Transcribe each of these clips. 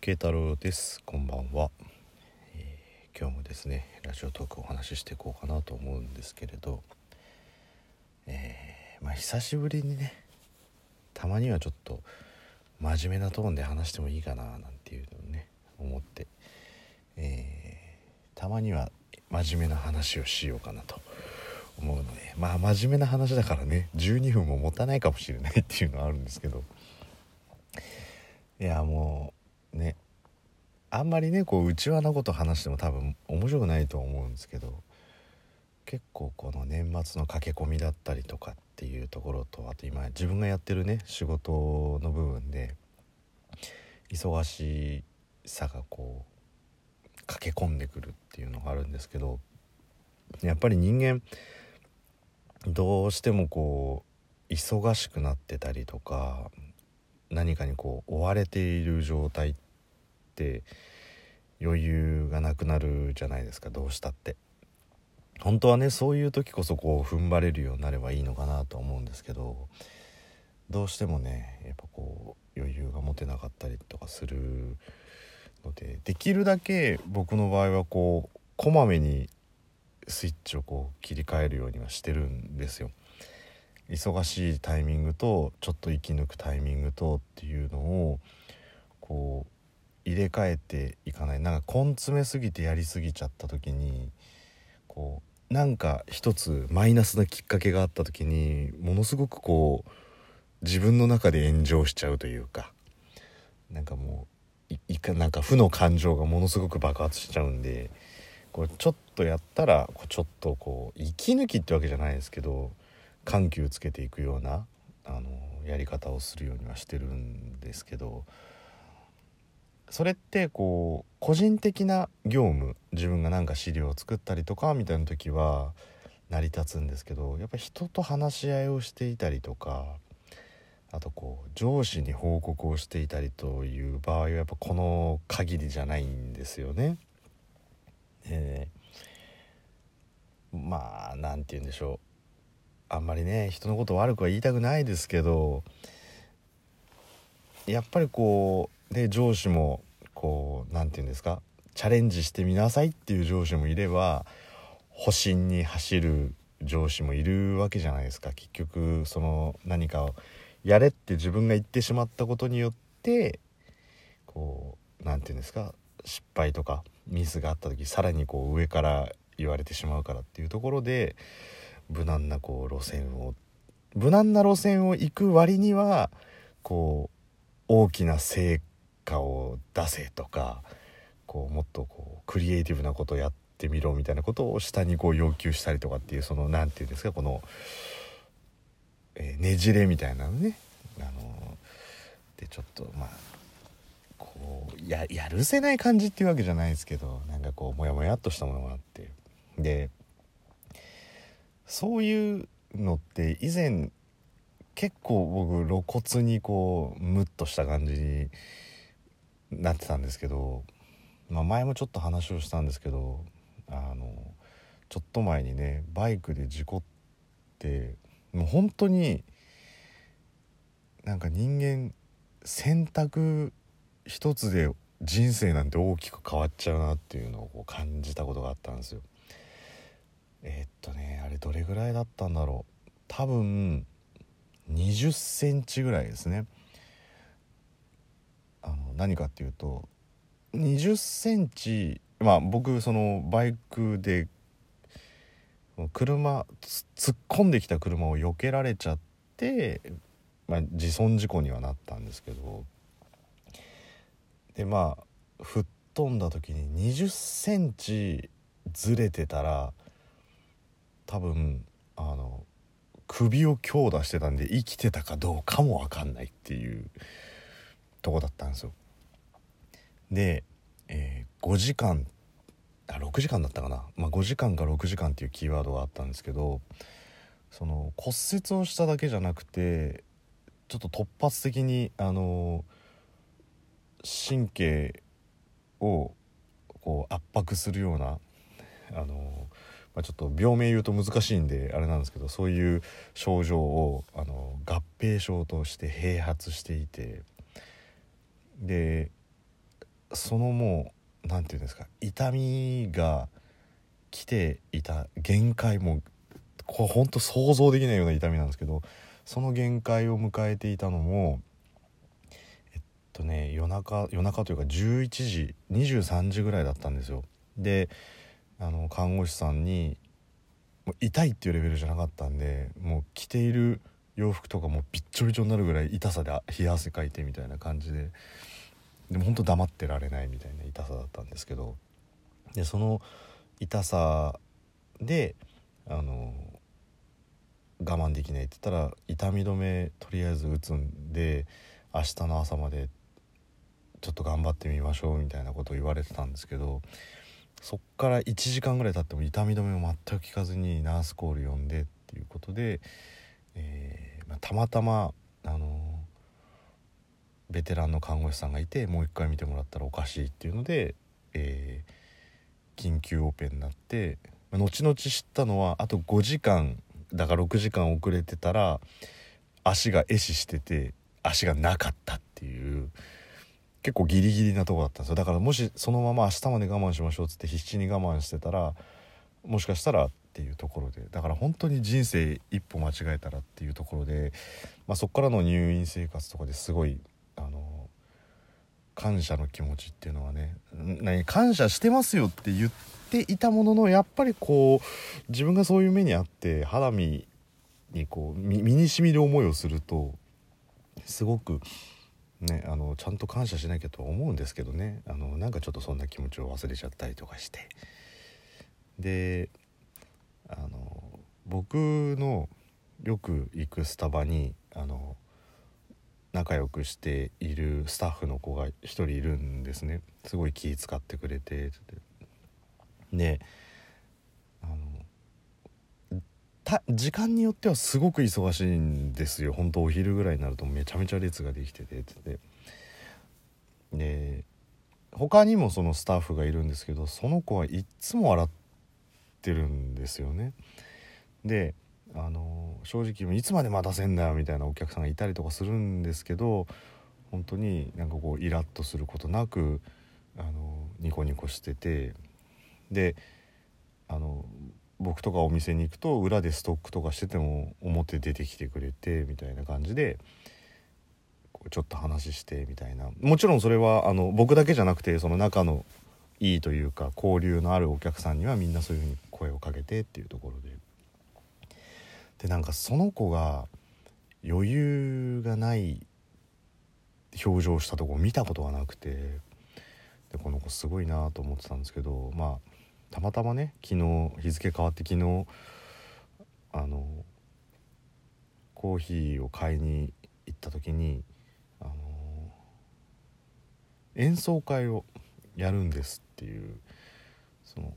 慶太郎です。こんばんは。今日もですねラジオトークをお話ししていこうかなと思うんですけれど、久しぶりにね、たまにはちょっと真面目なトーンで話してもいいかななんていうのをね思って、たまには真面目な話をしようかなと思うので、真面目な話だからね12分も持たないかもしれないっていうのはあるんですけど、いやもうね、あんまりねこう内輪なこと話しても多分面白くないと思うんですけど、結構この年末の駆け込みだったりとかっていうところと、あと今自分がやってるね仕事の部分で忙しさがこう駆け込んでくるっていうのがあるんですけど、やっぱり人間どうしてもこう忙しくなってたりとか、何かにこう追われている状態って余裕がなくなるじゃないですか。どうしたって本当はねそういう時こそこう踏ん張れるようになればいいのかなと思うんですけど、どうしてもねやっぱこう余裕が持てなかったりとかするので、できるだけ僕の場合はこうこまめにスイッチをこう切り替えるようにはしてるんですよ。忙しいタイミングとちょっと息抜くタイミングとっていうのをこう入れ替えていかない。なんか根詰めすぎてやりすぎちゃった時にこうなんか一つマイナスなきっかけがあった時にものすごくこう自分の中で炎上しちゃうというか、なんかもうなんか負の感情がものすごく爆発しちゃうんで、こうちょっとやったらちょっとこう息抜きってわけじゃないですけど緩急つけていくようなやり方をするようにはしてるんですけど、それってこう個人的な業務、自分がなんか資料を作ったりとかみたいな時は成り立つんですけど、やっぱ人と話し合いをしていたりとか、あとこう上司に報告をしていたりという場合はやっぱこの限りじゃないんですよね。なんて言うんでしょう、あんまりね人のこと悪くは言いたくないですけど、やっぱりこうで上司もこうなんて言うんですか、チャレンジしてみなさいっていう上司もいれば、保身に走る上司もいるわけじゃないですか。結局その何かをやれって自分が言ってしまったことによってこうなんて言うんですか、失敗とかミスがあった時さらにこう上から言われてしまうからっていうところで、無難な路線を行く割にはこう大きな成果を出せとか、こうもっとこうクリエイティブなことをやってみろみたいなことを下にこう要求したりとかっていう、そのなんていうんですか、この、ねじれみたいなのね、でちょっとこうやるせない感じっていうわけじゃないですけど、なんかこうモヤモヤっとしたものがあって、でそういうのって以前結構僕露骨にこうムッとした感じになってたんですけど、前もちょっと話をしたんですけど、ちょっと前にねバイクで事故って、もう本当になんか人間選択一つで人生なんて大きく変わっちゃうなっていうのをこう感じたことがあったんですよ。あれどれぐらいだったんだろう、多分20センチぐらいですね。何かっていうと20センチ、僕そのバイクで突っ込んできた車を避けられちゃって、自損事故にはなったんですけど、で吹っ飛んだ時に20センチずれてたら多分首を強打してたんで生きてたかどうかも分かんないっていうとこだったんですよ。で、5時間6時間だったかな、5時間か6時間っていうキーワードがあったんですけど、その骨折をしただけじゃなくてちょっと突発的に神経をこう圧迫するようなちょっと病名言うと難しいんであれなんですけど、そういう症状を合併症として併発していて、でそのもうなんていうんですか、痛みが来ていた限界、もこれほんと想像できないような痛みなんですけど、その限界を迎えていたのも夜中というか11時23時ぐらいだったんですよ。で看護師さんにもう痛いっていうレベルじゃなかったんで、もう着ている洋服とかもびっちょびちょになるぐらい痛さで冷や汗かいてみたいな感じで、でも本当黙ってられないみたいな痛さだったんですけど、でその痛さで我慢できないって言ったら、痛み止めとりあえず打つんで明日の朝までちょっと頑張ってみましょうみたいなことを言われてたんですけど、そっから1時間ぐらい経っても痛み止めを全く効かずにナースコール呼んでっていうことで、たまたまベテランの看護師さんがいて、もう一回見てもらったらおかしいっていうので、緊急オペになって、後々知ったのはあと5時間だから6時間遅れてたら足が壊死してて足がなかったっていう、結構ギリギリなとこだったんですよ。だからもしそのまま明日まで我慢しましょうっつって必死に我慢してたら、もしかしたらっていうところで、だから本当に人生一歩間違えたらっていうところで、そこからの入院生活とかですごい感謝の気持ちっていうのはね、感謝してますよって言っていたものの、やっぱりこう自分がそういう目にあって肌身にこう身に染みる思いをすると、すごくねちゃんと感謝しなきゃとは思うんですけどね、なんかちょっとそんな気持ちを忘れちゃったりとかして、で僕のよく行くスタバに仲良くしているスタッフの子が一人いるんですね。すごい気遣ってくれて、で時間によってはすごく忙しいんですよ。本当お昼ぐらいになるとめちゃめちゃ列ができててで他にもそのスタッフがいるんですけど、その子はいっつも笑ってるんですよね。で正直いつまで待たせんだよみたいなお客さんがいたりとかするんですけど、本当になんかこうイラッとすることなくニコニコしてて、で僕とかお店に行くと裏でストックとかしてても表出てきてくれてみたいな感じで、こうちょっと話してみたいな、もちろんそれは僕だけじゃなくて、その仲のいいというか交流のあるお客さんにはみんなそういう風に声をかけてっていうところで、なんかその子が余裕がない表情をしたとこ見たことがなくて、でこの子すごいなと思ってたんですけど、たまたまね昨日日付変わって、昨日コーヒーを買いに行った時に演奏会をやるんですっていう、その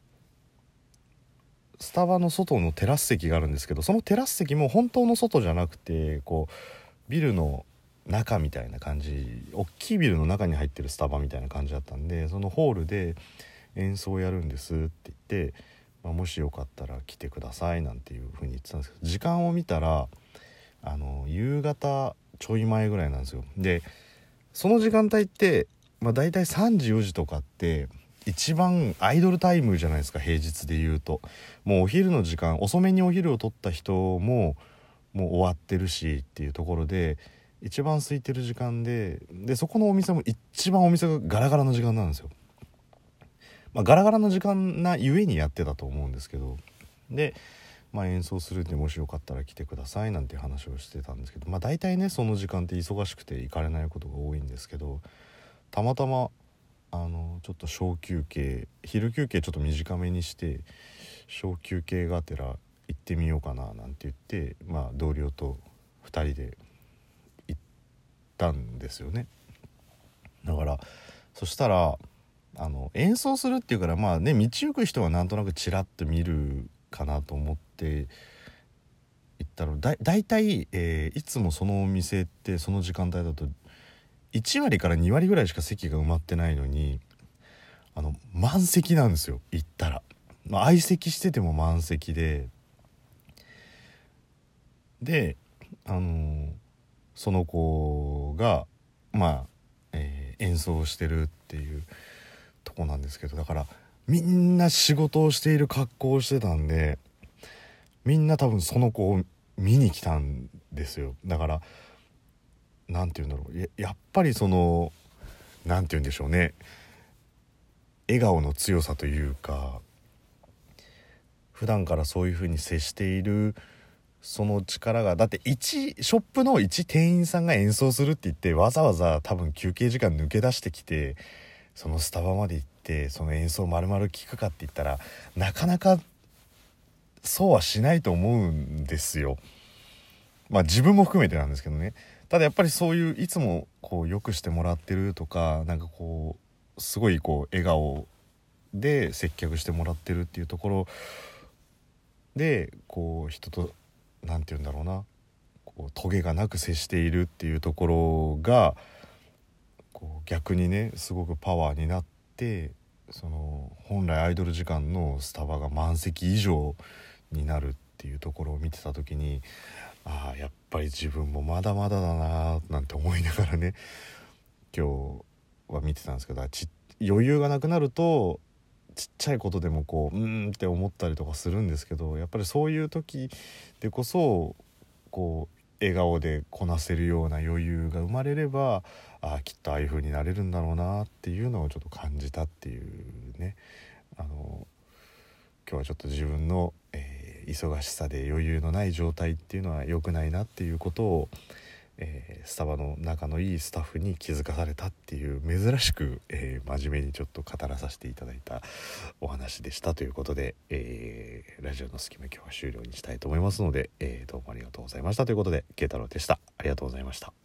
スタバの外のテラス席があるんですけど、そのテラス席も本当の外じゃなくて、こうビルの中みたいな感じ、大きいビルの中に入ってるスタバみたいな感じだったんで、そのホールで演奏やるんですって言って、もしよかったら来てくださいなんていう風に言ってたんですけど、時間を見たら夕方ちょい前ぐらいなんですよ。でその時間帯って、だいたい3時4時とかって一番アイドルタイムじゃないですか、平日で言うと。もうお昼の時間、遅めにお昼を取った人ももう終わってるしっていうところで、一番空いてる時間でそこのお店も一番お店がガラガラの時間なんですよ。ガラガラの時間なゆえにやってたと思うんですけど、で演奏するんでもしよかったら来てくださいなんて話をしてたんですけど、大体ねその時間って忙しくて行かれないことが多いんですけど、たまたまちょっと小休憩、昼休憩ちょっと短めにして小休憩がてら行ってみようかななんて言って、同僚と2人で行ったんですよね。だからそしたら演奏するっていうから、道行く人はなんとなくチラッと見るかなと思って行ったら、だいたいいつもそのお店ってその時間帯だと1割から2割ぐらいしか席が埋まってないのに満席なんですよ。行ったら相席してても満席で、その子が演奏してるっていうとこなんですけど、だからみんな仕事をしている格好をしてたんで、みんな多分その子を見に来たんですよ。だからなんて言うんだろう、やっぱりそのなんて言うんでしょうね、笑顔の強さというか、普段からそういう風に接しているその力が、だってショップの一店員さんが演奏するって言ってわざわざ多分休憩時間抜け出してきてそのスタバまで行ってその演奏丸々聴くかって言ったらなかなかそうはしないと思うんですよ。まあ自分も含めてなんですけどね。ただやっぱりそういういつもこうよくしてもらってるとか、なんかこうすごいこう笑顔で接客してもらってるっていうところで、こう人となんて言うんだろうな、こうトゲがなく接しているっていうところがこう逆にねすごくパワーになって、その本来アイドル時間のスタバが満席以上になるっていうところを見てた時に、ああやっぱり自分もまだまだだななんて思いながらね今日は見てたんですけど、余裕がなくなるとちっちゃいことでもこうって思ったりとかするんですけど、やっぱりそういう時でこそこう笑顔でこなせるような余裕が生まれれば、きっとああいう風になれるんだろうなっていうのをちょっと感じたっていうね。今日はちょっと自分の、忙しさで余裕のない状態っていうのは良くないなっていうことを、スタバの仲のいいスタッフに気づかされたっていう珍しく、真面目にちょっと語らさせていただいたお話でしたということで、ラジオの隙間今日は終了にしたいと思いますので、どうもありがとうございましたということで慶太郎でした。ありがとうございました。